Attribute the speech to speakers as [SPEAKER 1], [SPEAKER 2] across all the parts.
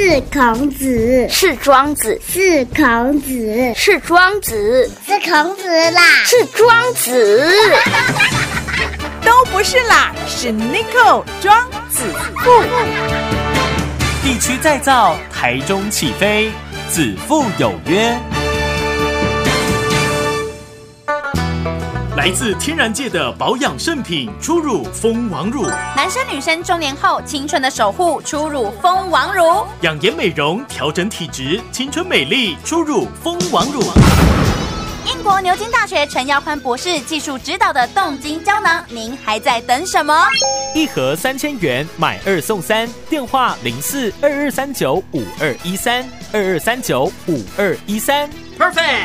[SPEAKER 1] 是孔子，
[SPEAKER 2] 是庄子，
[SPEAKER 1] 是孔子，
[SPEAKER 2] 是庄子，
[SPEAKER 1] 是孔子啦，
[SPEAKER 2] 是庄子。
[SPEAKER 3] 都不是啦，是 Nico 庄子富。
[SPEAKER 4] 地区再造，台中起飞，子父有约。来自天然界的保养圣品初乳蜂王乳，
[SPEAKER 5] 男生女生中年后青春的守护初乳蜂王乳，
[SPEAKER 4] 养颜美容调整体质青春美丽初乳蜂王乳。
[SPEAKER 5] 英国牛津大学陈耀宽博士技术指导的冻精胶囊，您还在等什么？
[SPEAKER 4] 一盒3000元，买2送3，电话04-2239-5213，2239-5213。Perfect。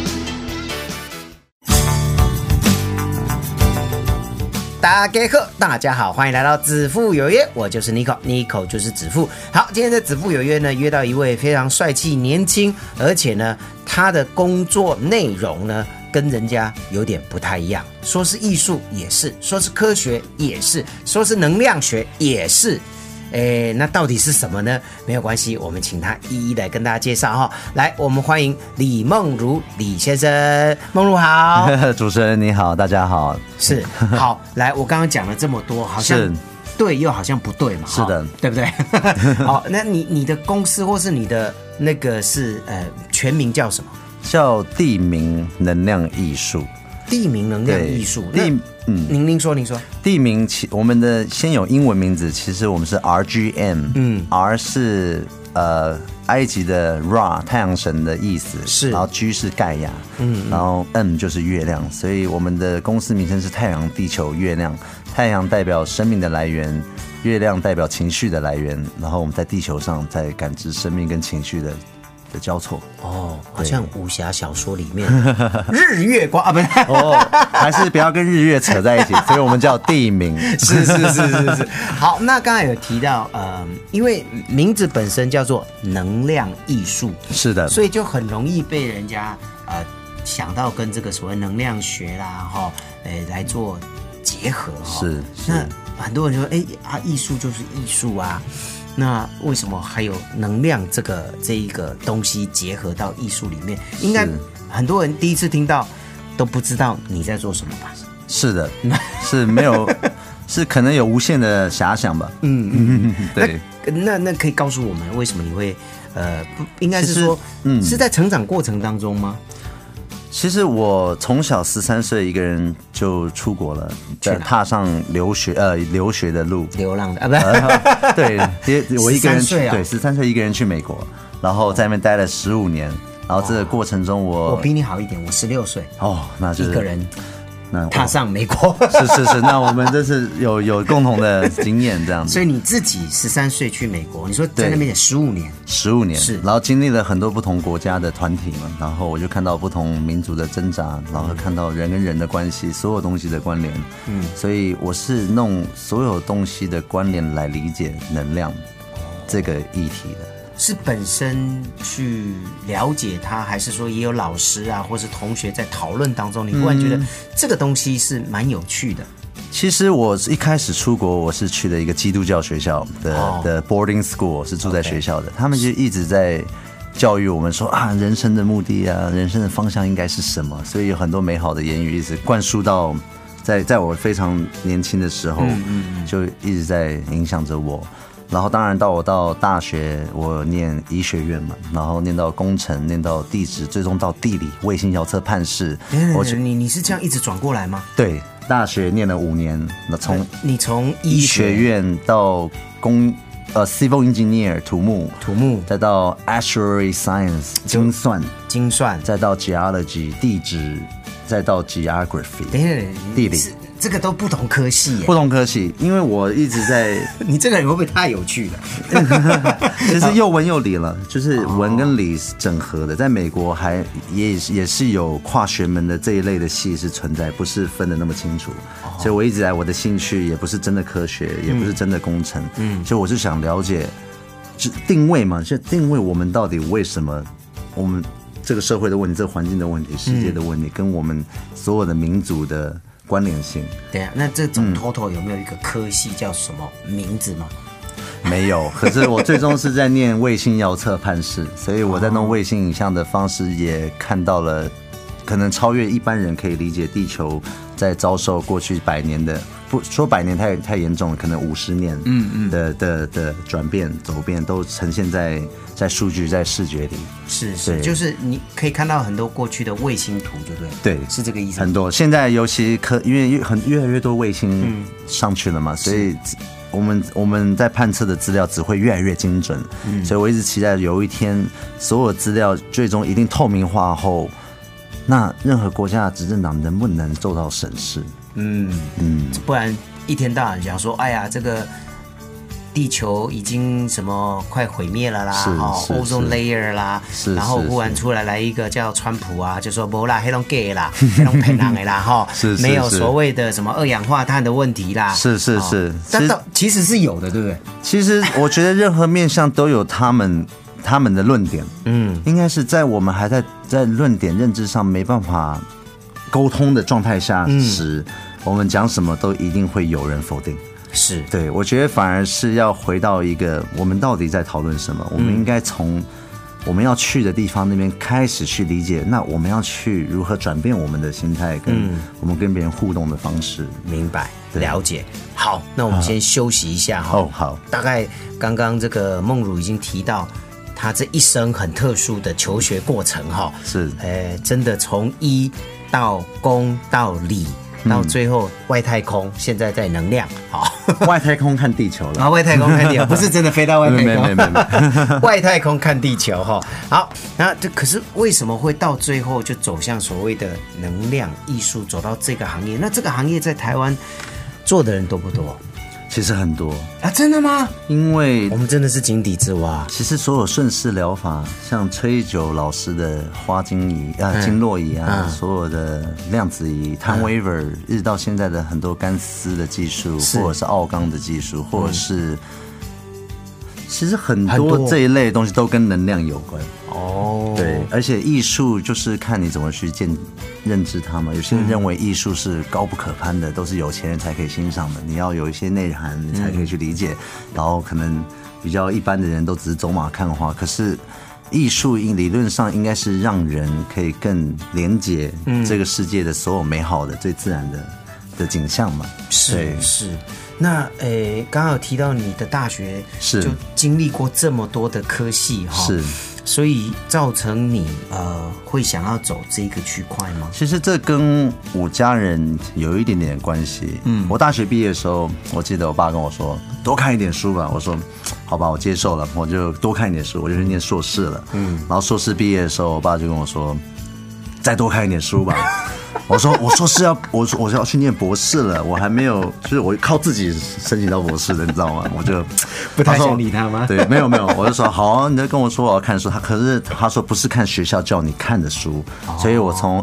[SPEAKER 6] 大家好，欢迎来到子父有约，我就是 Nico 就是子父。好，今天的子父有约呢，约到一位非常帅气、年轻，而且呢，他的工作内容呢，跟人家有点不太一样。说是艺术也是，说是科学也是，说是能量学也是。那到底是什么呢？没有关系，我们请他一一来跟大家介绍哈。来，我们欢迎李梦如李先生，梦如好。
[SPEAKER 7] 主持人你好，大家好。
[SPEAKER 6] 是好，来，我刚刚讲了这么多，好像对又好像不对嘛，
[SPEAKER 7] 是的，
[SPEAKER 6] 对不对？好，那你的公司或是你的那个是全名叫什么？
[SPEAKER 7] 叫地名能量艺术。
[SPEAKER 6] 地名能量艺术，您说，
[SPEAKER 7] 地名我们的先有英文名字，其实我们是 RGM，R 是埃及的 Ra 太阳神的意思，是，然后 G 是盖亚，然后 M 就是月亮，所以我们的公司名称是太阳、地球、月亮。太阳代表生命的来源，月亮代表情绪的来源，然后我们在地球上在感知生命跟情绪的交错。
[SPEAKER 6] 哦，好像武侠小说里面日月光啊，不是
[SPEAKER 7] 还是不要跟日月扯在一起，所以我们叫地名。
[SPEAKER 6] 是。好，那刚才有提到因为名字本身叫做能量艺术，是的，所以就很容易被人家想到跟这个所谓能量学啦来做结合是。那很多人就说艺术就是艺术啊。那为什么还有能量这一个东西结合到艺术里面？应该很多人第一次听到都不知道你在做什么吧？
[SPEAKER 7] 是的，是没有，是可能有无限的遐想吧。对。
[SPEAKER 6] 那可以告诉我们为什么你会应该是说是在成长过程当中吗？
[SPEAKER 7] 其实我从小13岁一个人就出国了，踏上留学的路，
[SPEAKER 6] 流浪的不
[SPEAKER 7] 对，我一个人对13岁一个人去美国，然后在那边待了15年，然后这个过程中我
[SPEAKER 6] 比你好一点，我16岁
[SPEAKER 7] 那就是
[SPEAKER 6] 一个人踏上美国，
[SPEAKER 7] 是，那我们这是有共同的经验这样子。
[SPEAKER 6] 所以你自己13岁去美国，你说在那边也15年
[SPEAKER 7] 是，然后经历了很多不同国家的团体嘛，然后我就看到不同民族的挣扎，然后看到人跟人的关系，所有东西的关联，所以我是弄所有东西的关联来理解能量这个议题的。
[SPEAKER 6] 是本身去了解它，还是说也有老师啊，或是同学在讨论当中，你忽然觉得这个东西是蛮有趣的？
[SPEAKER 7] 其实我一开始出国，我是去了一个基督教学校的 boarding school， 是住在学校的，他们就一直在教育我们说人生的目的啊，人生的方向应该是什么，所以有很多美好的言语一直灌输到在我非常年轻的时候，就一直在影响着我。然后当然我到大学，我念医学院嘛，然后念到工程，念到地质，最终到地理、卫星遥测判示。
[SPEAKER 6] 你是这样一直转过来吗？
[SPEAKER 7] 对，大学念了5年，
[SPEAKER 6] 你从
[SPEAKER 7] 医学院到civil engineer 土木，再到 actuary science 精算，再到 geology 地质，再到 geography 地理。
[SPEAKER 6] 这个都不同科系耶，
[SPEAKER 7] 因为我一直在
[SPEAKER 6] 你这个人会不会太有趣了？
[SPEAKER 7] 其实又文又理了，就是文跟理整合的。在美国也是有跨学门的这一类的系是存在，不是分得那么清楚。所以我一直来，我的兴趣也不是真的科学，也不是真的工程，所以我是想了解定位嘛，就定位我们到底为什么我们这个社会的问题、这个环境的问题、世界的问题，跟我们所有的民族的关联性。
[SPEAKER 6] 对啊，那这种 total 有没有一个科系叫什么名字吗？
[SPEAKER 7] 没有，可是我最终是在念卫星遥测判示，所以我在弄卫星影像的方式也看到了，可能超越一般人可以理解地球在遭受过去100年的，不说100年太严重了，可能50年的转变走变都呈现在数据在视觉里。
[SPEAKER 6] 是，就是你可以看到很多过去的卫星图，对不对？
[SPEAKER 7] 对，
[SPEAKER 6] 是这个意思。
[SPEAKER 7] 很多现在尤其因为越来越多卫星上去了嘛，所以我们在判测的资料只会越来越精准。所以我一直期待有一天所有资料最终一定透明化后，那任何国家的执政党能不能做到审视？
[SPEAKER 6] 不然一天到晚讲说，哎呀，这个地球已经什么快毁灭了啦，ozone layer 啦，然后忽然出来一个叫川普啊，就说没啦，黑龙给啦，黑龙骗人的啦，哈，没有所谓的什么二氧化碳的问题啦，
[SPEAKER 7] 是，
[SPEAKER 6] 但其实是有的，对不对？
[SPEAKER 7] 其实我觉得任何面向都有他们的论点，应该是在我们还在论点认知上没办法沟通的状态下时，我们讲什么都一定会有人否定。
[SPEAKER 6] 是，
[SPEAKER 7] 对，我觉得反而是要回到一个我们到底在讨论什么，我们应该从我们要去的地方那边开始去理解，那我们要去如何转变我们的心态跟我们跟别人互动的方式。
[SPEAKER 6] 明白，了解。好，那我们先休息一下哈。
[SPEAKER 7] 好。
[SPEAKER 6] 大概刚刚这个梦如已经提到他这一生很特殊的求学过程哈，
[SPEAKER 7] 是，
[SPEAKER 6] 真的从一到公到理。到最后外太空，现在在能量，好，
[SPEAKER 7] 外太空看地球了，
[SPEAKER 6] 啊，外太空看地球，不是真的飞到外太空，
[SPEAKER 7] 没，
[SPEAKER 6] 外太空看地球哈。好，那这可是为什么会到最后就走向所谓的能量艺术，走到这个行业？那这个行业在台湾做的人多不多？
[SPEAKER 7] 其实很多
[SPEAKER 6] 啊，真的吗？
[SPEAKER 7] 因为
[SPEAKER 6] 我们真的是井底之蛙。
[SPEAKER 7] 其实所有顺势疗法，像崔九老师的花精仪经络仪啊，所有的量子仪、Time Waver，一直到现在的很多干丝的技术，或者是奥钢的技术，或者是其实很多这一类的东西都跟能量有关。对，而且艺术就是看你怎么去认知它嘛。有些人认为艺术是高不可攀的，都是有钱人才可以欣赏的，你要有一些内涵你才可以去理解。然后可能比较一般的人都只是走马看花，可是艺术理论上应该是让人可以更连接这个世界的所有美好的、最自然的景象嘛。
[SPEAKER 6] 是。那刚刚有提到你的大学就经历过这么多的科系哈，是。所以造成你会想要走这个区块吗？
[SPEAKER 7] 其实这跟我家人有一点点关系。我大学毕业的时候，我记得我爸跟我说多看一点书吧。我说好吧，我接受了，我就多看一点书，我就去念硕士了。然后硕士毕业的时候，我爸就跟我说再多看一点书吧。我说我要去念博士了，我还没有，就是我靠自己申请到博士的，你知道吗？我就
[SPEAKER 6] 不太想理他吗？
[SPEAKER 7] 对，没有，我就说好啊，你在跟我说我要看书，可是他说不是看学校叫你看的书，所以我从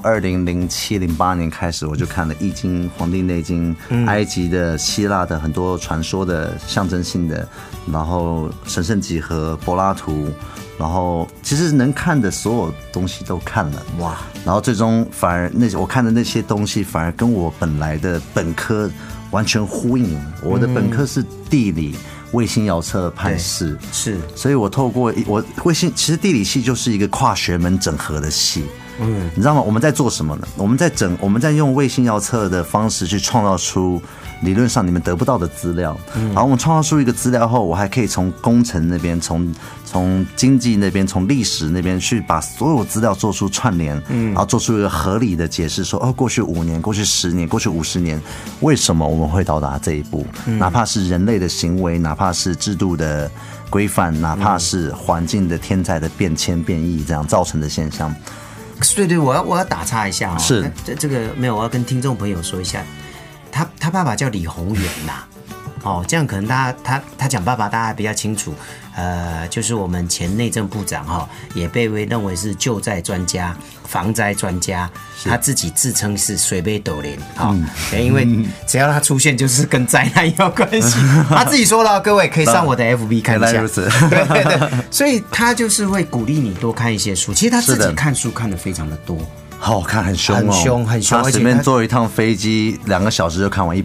[SPEAKER 7] 2007、08年开始，我就看了《易经》《黄帝内经》埃及的、希腊的很多传说的象征性的，然后神圣几何、柏拉图。然后其实能看的所有东西都看了，哇！然后最终反而我看的那些东西反而跟我本来的本科完全呼应了。我的本科是地理、卫星遥测判示，是，所以我透过卫星，其实地理系就是一个跨学门整合的系。你知道吗？我们在做什么呢？我们在用卫星遥测的方式去创造出理论上你们得不到的资料。然后我们创造出一个资料后，我还可以从工程那边、从经济那边、从历史那边去把所有资料做出串联，然后做出一个合理的解释，说过去5年、过去10年、过去50年，为什么我们会到达这一步？哪怕是人类的行为，哪怕是制度的规范，哪怕是环境的天灾的变迁变异这样造成的现象。
[SPEAKER 6] 对，我要打岔一下哦。
[SPEAKER 7] 是
[SPEAKER 6] 这个没有，我要跟听众朋友说一下，他爸爸叫李宏远呐。这样可能他讲爸爸大家比较清楚。就是我们前内政部长也被认为是救灾专家、防灾专家，他自己自称是水杯斗连因为只要他出现就是跟灾难有关系，他自己说的，各位可以上我的 FB 看一下。对，所以他就是会鼓励你多看一些书。其实他自己看书看得非常的多。好
[SPEAKER 7] 看，很凶，
[SPEAKER 6] 很凶。
[SPEAKER 7] 他随便坐一趟飞机2个小时就看完1本了。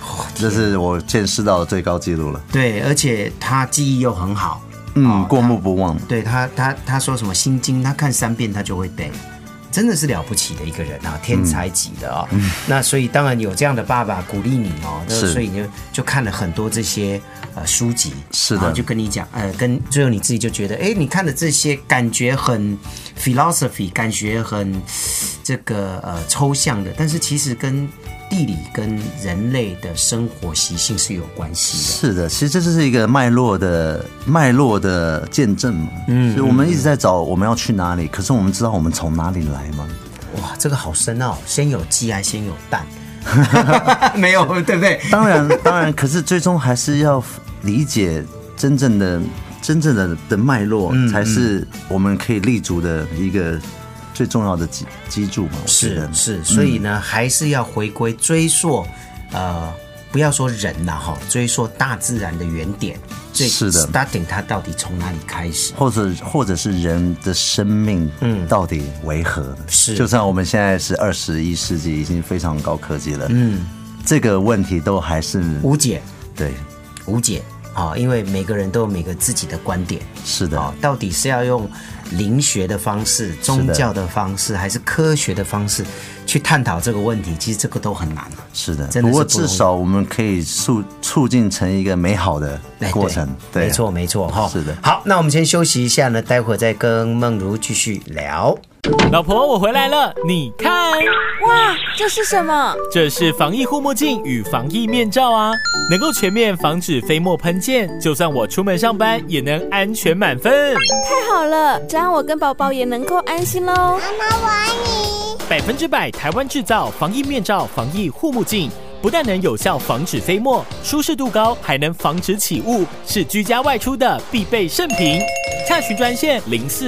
[SPEAKER 7] 这是我见识到的最高纪录了。
[SPEAKER 6] 对，而且他记忆又很好，
[SPEAKER 7] 过目不忘。
[SPEAKER 6] 对他说什么心经，他看3遍他就会背。真的是了不起的一个人啊，天才级的哦。那所以当然有这样的爸爸鼓励你哦，所以就看了很多这些书籍，
[SPEAKER 7] 是的，
[SPEAKER 6] 就跟你讲，跟最后你自己就觉得，你看的这些感觉很 philosophy， 感觉很这个抽象的，但是其实跟地理跟人类的生活习性是有关系的。
[SPEAKER 7] 是的，其实这就是一个脉络的见证嘛。所以我们一直在找我们要去哪里，可是我们知道我们从哪里来吗？
[SPEAKER 6] 哇，这个好深奥，先有鸡还先有蛋？没有，对不对？
[SPEAKER 7] 当然，可是最终还是要理解真正的脉络，才是我们可以立足的一个最重要的基础嘛。
[SPEAKER 6] 是，所以呢，还是要回归追溯，不要说人啦哈，追溯大自然的原点，
[SPEAKER 7] 是的
[SPEAKER 6] ，starting 它到底从哪里开始，
[SPEAKER 7] 或者是人的生命，到底为何？是，就算我们现在是21世纪，已经非常高科技了，这个问题都还是
[SPEAKER 6] 无解，
[SPEAKER 7] 对，
[SPEAKER 6] 无解。因为每个人都有每个自己的观点，
[SPEAKER 7] 是的，
[SPEAKER 6] 到底是要用灵学的方式、宗教的方式，还是科学的方式去探讨这个问题？其实这个都很难。
[SPEAKER 7] 是的，不过至少我们可以促进成一个美好的过程。对，
[SPEAKER 6] 没错哈。
[SPEAKER 7] 是的。
[SPEAKER 6] 好，那我们先休息一下呢，待会儿再跟梦如继续聊。
[SPEAKER 4] 老婆，我回来了，你看，
[SPEAKER 2] 哇，这是什么？
[SPEAKER 4] 这是防疫护目镜与防疫面罩啊，能够全面防止飞沫喷溅，就算我出门上班也能安全满分。
[SPEAKER 2] 太好了，这样我跟宝宝也能够安心喽。
[SPEAKER 1] 妈妈，我爱你。
[SPEAKER 4] 100%台湾制造防疫面罩、防疫护目镜，不但能有效防止飞沫，舒适度高，还能防止起雾，是居家外出的必备圣品。洽询专线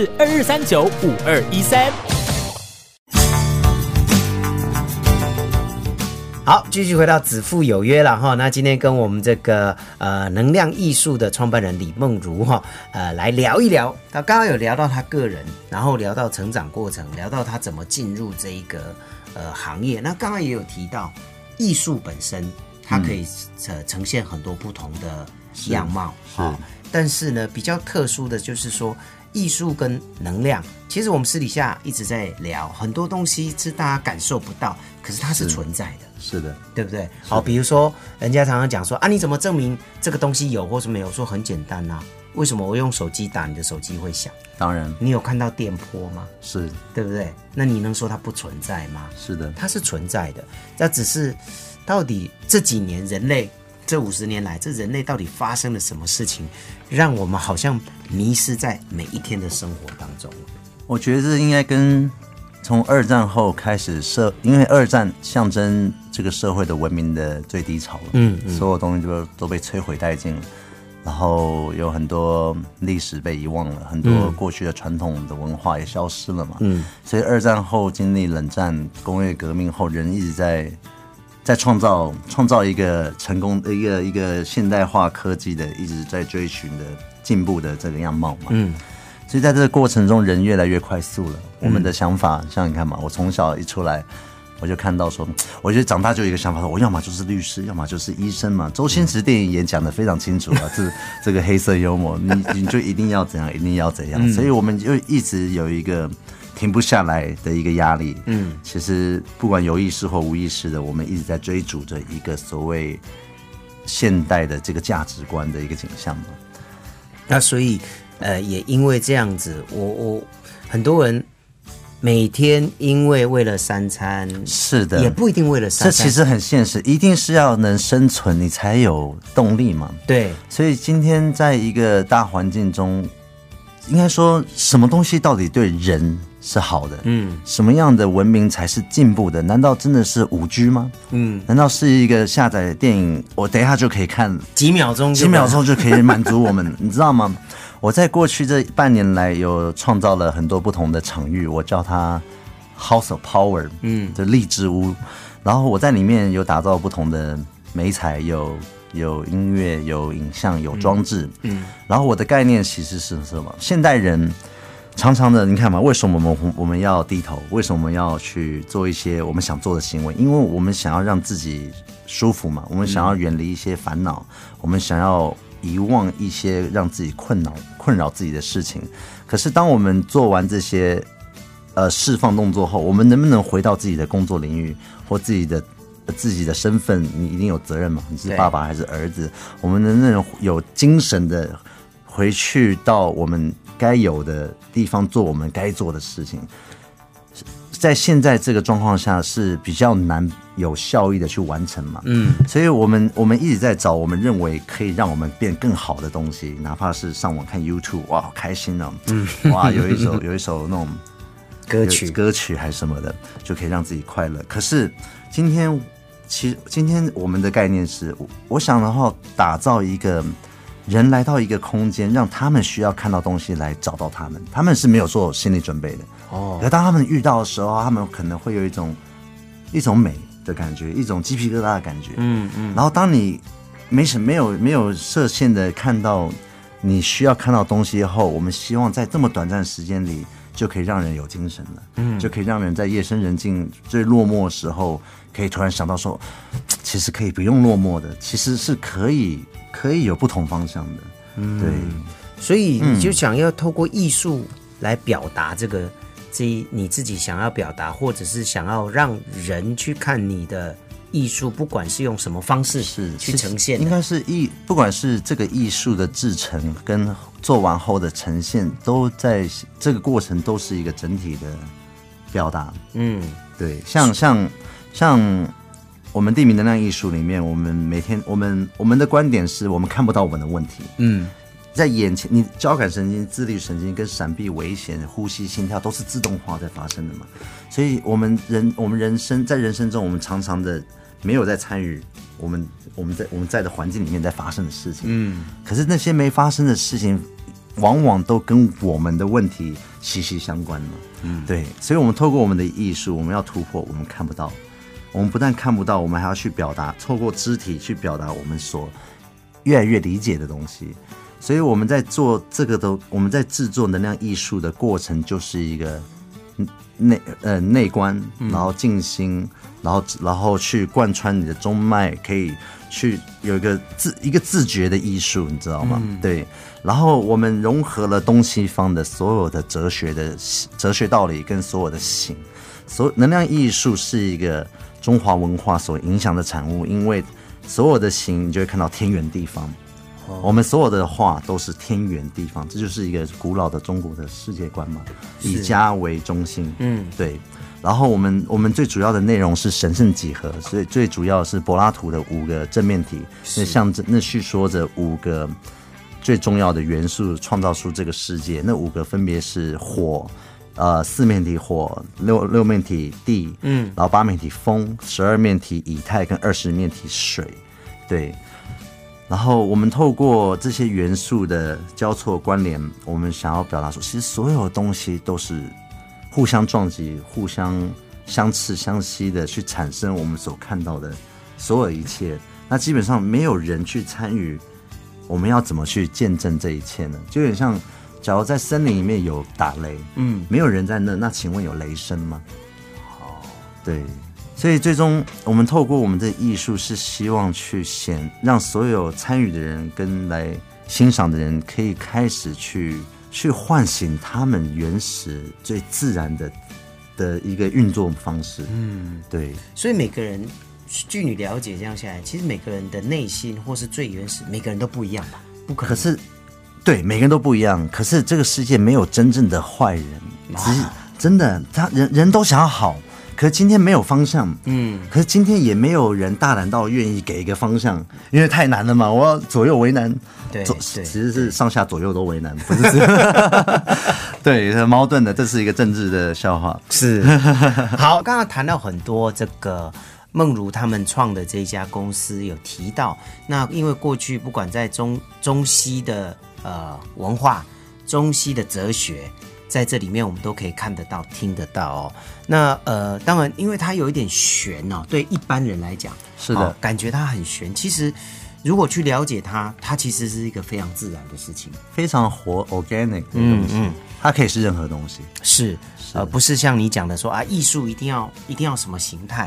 [SPEAKER 4] 0422395213。
[SPEAKER 6] 好，继续回到子父有约了哈。那今天跟我们这个能量艺术的创办人李梦如哈来聊一聊。他刚刚有聊到他个人，然后聊到成长过程，聊到他怎么进入这一个行业。那刚刚也有提到艺术本身，它可以呈现很多不同的样貌啊。但是呢，比较特殊的就是说，艺术跟能量，其实我们私底下一直在聊很多东西，是大家感受不到，可是它是存在的。
[SPEAKER 7] 是的，
[SPEAKER 6] 对不对？好，比如说人家常常讲说啊，你怎么证明这个东西有或是没有？说很简单啊，为什么我用手机打，你的手机会响？
[SPEAKER 7] 当然，
[SPEAKER 6] 你有看到电波吗？
[SPEAKER 7] 是，
[SPEAKER 6] 对不对？那你能说它不存在吗？
[SPEAKER 7] 是的，
[SPEAKER 6] 它是存在的。那只是到底这几年人类这50年来，这人类到底发生了什么事情，让我们好像迷失在每一天的生活当中？
[SPEAKER 7] 我觉得这应该跟从2战后开始因为2战象征这个社会的文明的最低潮了，所有东西都被摧毁殆尽了，然后有很多历史被遗忘了，很多过去的传统的文化也消失了嘛，所以2战后经历冷战、工业革命后，人一直在创造一个成功的一个现代化科技的一直在追寻的进步的这个样貌嘛，所以在这个过程中，人越来越快速了。我们的想法，像你看嘛，我从小一出来，我就看到说，我觉得长大就有一个想法，说我要么就是律师，要么就是医生嘛。周星驰电影也讲得非常清楚啊，这个黑色幽默，你就一定要怎样，一定要怎样。所以我们就一直有一个停不下来的一个压力。其实不管有意识或无意识的，我们一直在追逐着一个所谓现代的这个价值观的一个景象嘛。
[SPEAKER 6] 那所以。也因为这样子，我很多人每天因为了3餐，
[SPEAKER 7] 是的，
[SPEAKER 6] 也不一定为了3餐，
[SPEAKER 7] 这其实很现实，一定是要能生存，你才有动力嘛。
[SPEAKER 6] 对，
[SPEAKER 7] 所以今天在一个大环境中，应该说什么东西到底对人是好的？什么样的文明才是进步的？难道真的是5G 吗？难道是一个下载的电影，我等一下就可以看
[SPEAKER 6] 几秒钟就
[SPEAKER 7] 可以满足我们？你知道吗？我在过去这半年来有创造了很多不同的场域，我叫它 House of Power， 就励志屋。然后我在里面有打造不同的媒材，有音乐，有影像，有装置。然后我的概念其实是什么？现代人常常的，你看嘛，为什么我们要低头？为什么我们要去做一些我们想做的行为？因为我们想要让自己舒服嘛，我们想要远离一些烦恼，我们想要遗忘一些让自己困扰自己的事情。可是当我们做完这些释放动作后，我们能不能回到自己的工作领域或自己的身份？你一定有责任嘛，你是爸爸还是儿子？我们能不能有精神的回去到我们该有的地方做我们该做的事情？在现在这个状况下是比较难有效益的去完成嘛，所以我们一直在找我们认为可以让我们变更好的东西，哪怕是上网看 YouTube， 哇，好开心哦，哇，有一首那种歌曲还是什么的，就可以让自己快乐。可是今天我们的概念是，我想的话，打造一个人来到一个空间，让他们需要看到东西来找到他们是没有做心理准备的。可当他们遇到的时候，他们可能会有一种美的感觉，一种鸡皮疙瘩的感觉。然后当你没有设限的看到你需要看到东西后，我们希望在这么短暂的时间里，就可以让人有精神了。就可以让人在夜深人静、最落寞的时候，可以突然想到说，其实可以不用落寞的，其实是可以有不同方向的。对，
[SPEAKER 6] 所以你就想要透过艺术来表达你自己想要表达，或者是想要让人去看你的艺术，不管是用什么方式去呈现，
[SPEAKER 7] 应该是不管是这个艺术的制成跟做完后的呈现，都在这个过程都是一个整体的表达。对，像我们地名能量艺术里面，我们每天我们的观点是我们看不到我们的问题。在眼前，你交感神经、自律神经跟闪避危险、呼吸、心跳都是自动化在发生的嘛。所以我们人生中，我们常常的没有在参与我们在的环境里面在发生的事情。可是那些没发生的事情，往往都跟我们的问题息息相关嘛。对，所以我们透过我们的艺术，我们要突破我们看不到。我们不但看不到，我们还要去表达，透过肢体去表达我们所越来越理解的东西。所以我们在做我们在制作能量艺术的过程，就是一个内观，然后静心，然后去贯穿你的中脉，可以去有一个自觉的艺术，你知道吗？对。然后我们融合了东西方的所有的哲学道理跟所有的形，能量艺术是一个中华文化所影响的产物，因为所有的形你就会看到天圆地方。我们所有的画都是天圆地方，这就是一个古老的中国的世界观嘛，以家为中心。对。然后我们最主要的内容是神圣几何，所以最主要是柏拉图的5个正面体，那叙说着5个最重要的元素，创造出这个世界。那5个分别是火，4面体火，6面体地，然后8面体风，12面体以太跟20面体水。对。然后我们透过这些元素的交错关联，我们想要表达说，其实所有的东西都是互相撞击、互相相斥相吸的去产生我们所看到的所有一切。那基本上没有人去参与，我们要怎么去见证这一切呢？就有点像，假如在森林里面有打雷，没有人在那请问有雷声吗？对。所以最终我们透过我们的艺术是希望去让所有参与的人跟来欣赏的人可以开始去唤醒他们原始最自然的一个运作方式。对。
[SPEAKER 6] 所以每个人据你了解这样下来，其实每个人的内心或是最原始，每个人都不一样吧？不可能。
[SPEAKER 7] 可是对，每个人都不一样。可是这个世界没有真正的坏人，真的人都想要好。可是今天没有方向，可是今天也没有人大胆到愿意给一个方向，因为太难了嘛，我要左右为难。
[SPEAKER 6] 对，
[SPEAKER 7] 其实是上下左右都为难，不是对，很矛盾的，这是一个政治的笑话。
[SPEAKER 6] 是。好，刚刚谈到很多这个梦如他们创的这家公司有提到，那因为过去不管在中西的文化、中西的哲学，在这里面我们都可以看得到、听得到哦。那当然，因为它有一点玄哦，对一般人来讲，
[SPEAKER 7] 是的，
[SPEAKER 6] 感觉它很玄。其实如果去了解它，它其实是一个非常自然的事情，
[SPEAKER 7] 非常活 organic 的东西。它可以是任何东西，
[SPEAKER 6] 不是像你讲的说啊，艺术一定要什么形态。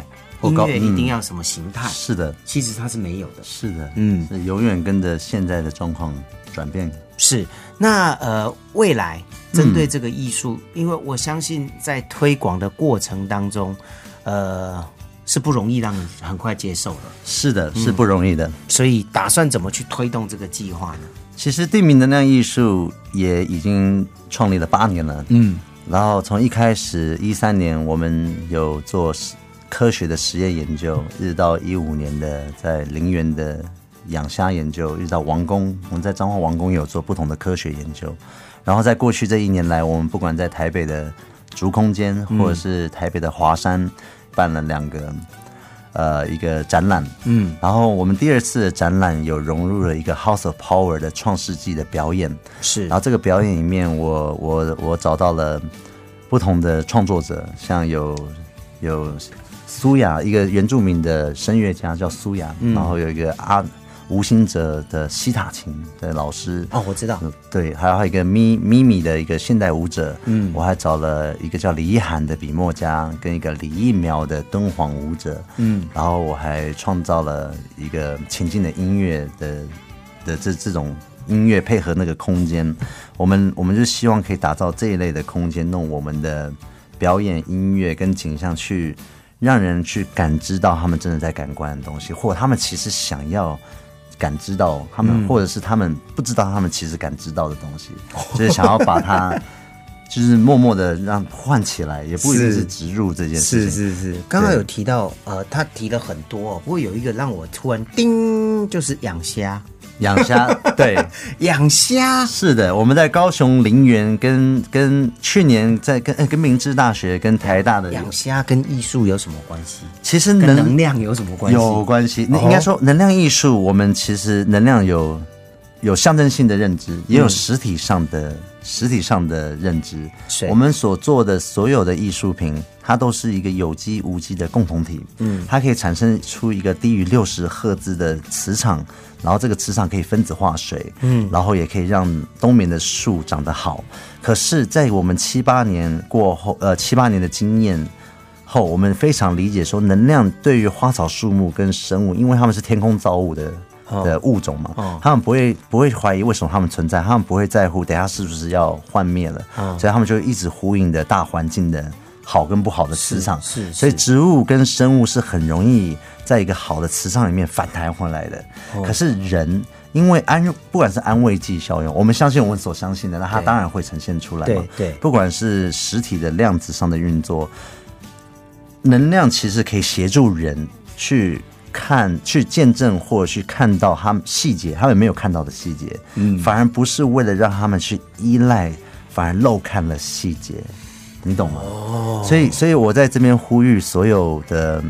[SPEAKER 6] 音乐一定要什么形态，
[SPEAKER 7] 是的，
[SPEAKER 6] 其实它是没有的，
[SPEAKER 7] 是的，是永远跟着现在的状况转变。
[SPEAKER 6] 是，那未来针对这个艺术，因为我相信在推广的过程当中，是不容易让你很快接受的。
[SPEAKER 7] 是的，是不容易的。
[SPEAKER 6] 所以打算怎么去推动这个计划呢？
[SPEAKER 7] 其实地名能量艺术也已经创立了8年了，然后从一开始13年我们有做科学的实验研究，一直到15年的在林园的养虾研究，一直到王宫，我们在彰化王宫有做不同的科学研究。然后在过去这1年来，我们不管在台北的竹空间，或者是台北的华山，办了2个一个展览，然后我们第2次的展览有融入了一个 House of Power 的创世纪的表演，
[SPEAKER 6] 是，
[SPEAKER 7] 然后这个表演里面我找到了不同的创作者，像有苏雅，一个原住民的声乐家叫苏雅，然后有一个吴兴哲的西塔琴的老师，
[SPEAKER 6] 我知道，
[SPEAKER 7] 对，还有一个咪咪的一个现代舞者，我还找了一个叫李一涵的笔墨家，跟一个李一苗的敦煌舞者，然后我还创造了一个情境的音乐的这种音乐配合那个空间，我们就希望可以打造这一类的空间，弄我们的表演、音乐跟景象去让人去感知到他们真的在感官的东西，或者他们其实想要感知到他们，或者是他们不知道他们其实感知到的东西，就是想要把它就是默默的让唤起来，也不一定是植入这件事情。
[SPEAKER 6] 是。刚刚有提到他提了很多，不过有一个让我突然叮，就是养虾。
[SPEAKER 7] 养虾，对，
[SPEAKER 6] 养虾
[SPEAKER 7] 是的。我们在高雄林园跟去年在跟明治大学跟台大的
[SPEAKER 6] 养虾跟艺术有什么关系？
[SPEAKER 7] 其实
[SPEAKER 6] 跟能量有什么关系？
[SPEAKER 7] 有关系。应该说能量艺术，我们其实能量有象征性的认知，也有实体上的认知。我们所做的所有的艺术品，它都是一个有机无机的共同体。它可以产生出一个低于60赫兹的磁场，然后这个磁场可以分子化水，然后也可以让冬眠的树长得好。可是，在我们7、8年过后，7、8年的经验后，我们非常理解说，能量对于花草树木跟生物，因为它们是天空造物的物种嘛，他们不会怀疑为什么他们存在，他们不会在乎等一下是不是要幻灭了，所以他们就一直呼应的大环境的好跟不好的磁场，所以植物跟生物是很容易在一个好的磁场里面反弹回来的。可是人因为不管是安慰剂效用，我们相信我们所相信的，那它当然会呈现出来嘛。
[SPEAKER 6] 对，
[SPEAKER 7] 不管是实体的量子上的运作，能量其实可以协助人去见证或者去看到他们细节，他们没有看到的细节，反而不是为了让他们去依赖，反而漏看了细节，你懂吗？所以我在这边呼吁所有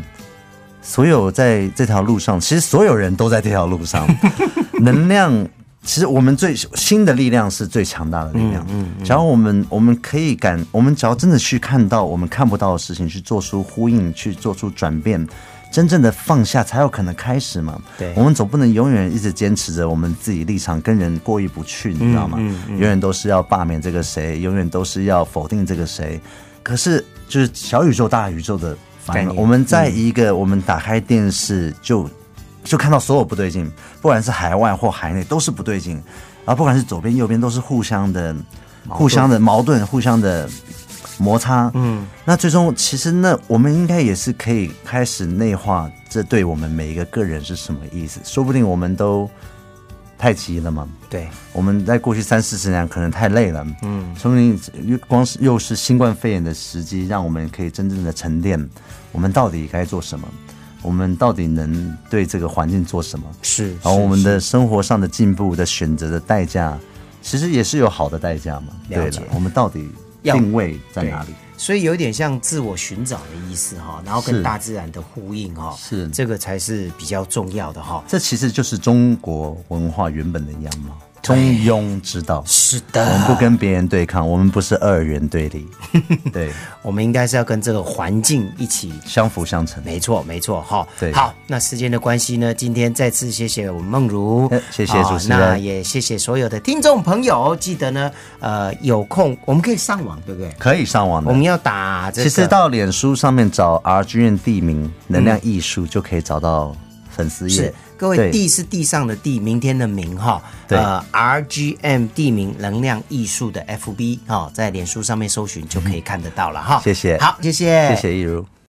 [SPEAKER 7] 在这条路上，其实所有人都在这条路上，能量。其实我们最新的力量是最强大的力量。假如我们可以我们只要真的去看到我们看不到的事情，去做出呼应，去做出转变，真正的放下才有可能开始嘛。
[SPEAKER 6] 对，
[SPEAKER 7] 我们总不能永远一直坚持着我们自己立场，跟人过意不去，你知道吗？永远都是要罢免这个谁，永远都是要否定这个谁。可是就是小宇宙大宇宙的概念，我们在一个我们打开电视就看到所有不对劲，不管是海外或海内都是不对劲，然后不管是左边右边都是互相的矛盾，互相的摩擦。那最终其实我们应该也是可以开始内化，这对我们每一个人是什么意思？说不定我们都太急了嘛。
[SPEAKER 6] 对，
[SPEAKER 7] 我们在过去30-40年可能太累了。说不定光是又是新冠肺炎的时机，让我们可以真正的沉淀，我们到底该做什么？我们到底能对这个环境做什么？然后我们的生活上的进步的选择的代价，其实也是有好的代价嘛。对了，我们到底定位在哪里？
[SPEAKER 6] 所以有点像自我寻找的意思哈，然后跟大自然的呼应哈，这个才是比较重要的哈。
[SPEAKER 7] 这其实就是中国文化原本的样貌。 中庸之道。
[SPEAKER 6] 是的，
[SPEAKER 7] 我们不跟别人对抗，我们不是二元对立。对，
[SPEAKER 6] 我们应该是要跟这个环境一起
[SPEAKER 7] 相辅相成。
[SPEAKER 6] 没错，没错，哈。
[SPEAKER 7] 对，
[SPEAKER 6] 好，那时间的关系呢，今天再次谢谢我们梦如，
[SPEAKER 7] 谢谢主持人，
[SPEAKER 6] 那也谢谢所有的听众朋友。记得呢，有空我们可以上网，对不对？
[SPEAKER 7] 可以上网的。
[SPEAKER 6] 我们要打这个，
[SPEAKER 7] 其实到脸书上面找 RGM 地名能量艺术就可以找到粉丝页。
[SPEAKER 6] 是，各位，地是地上的地，明天的明哈。
[SPEAKER 7] 对
[SPEAKER 6] ，RGM 地名能量艺术的 FB 在脸书上面搜寻就可以看得到了哈。
[SPEAKER 7] 谢谢，
[SPEAKER 6] 好，谢谢，
[SPEAKER 7] 谢谢一如。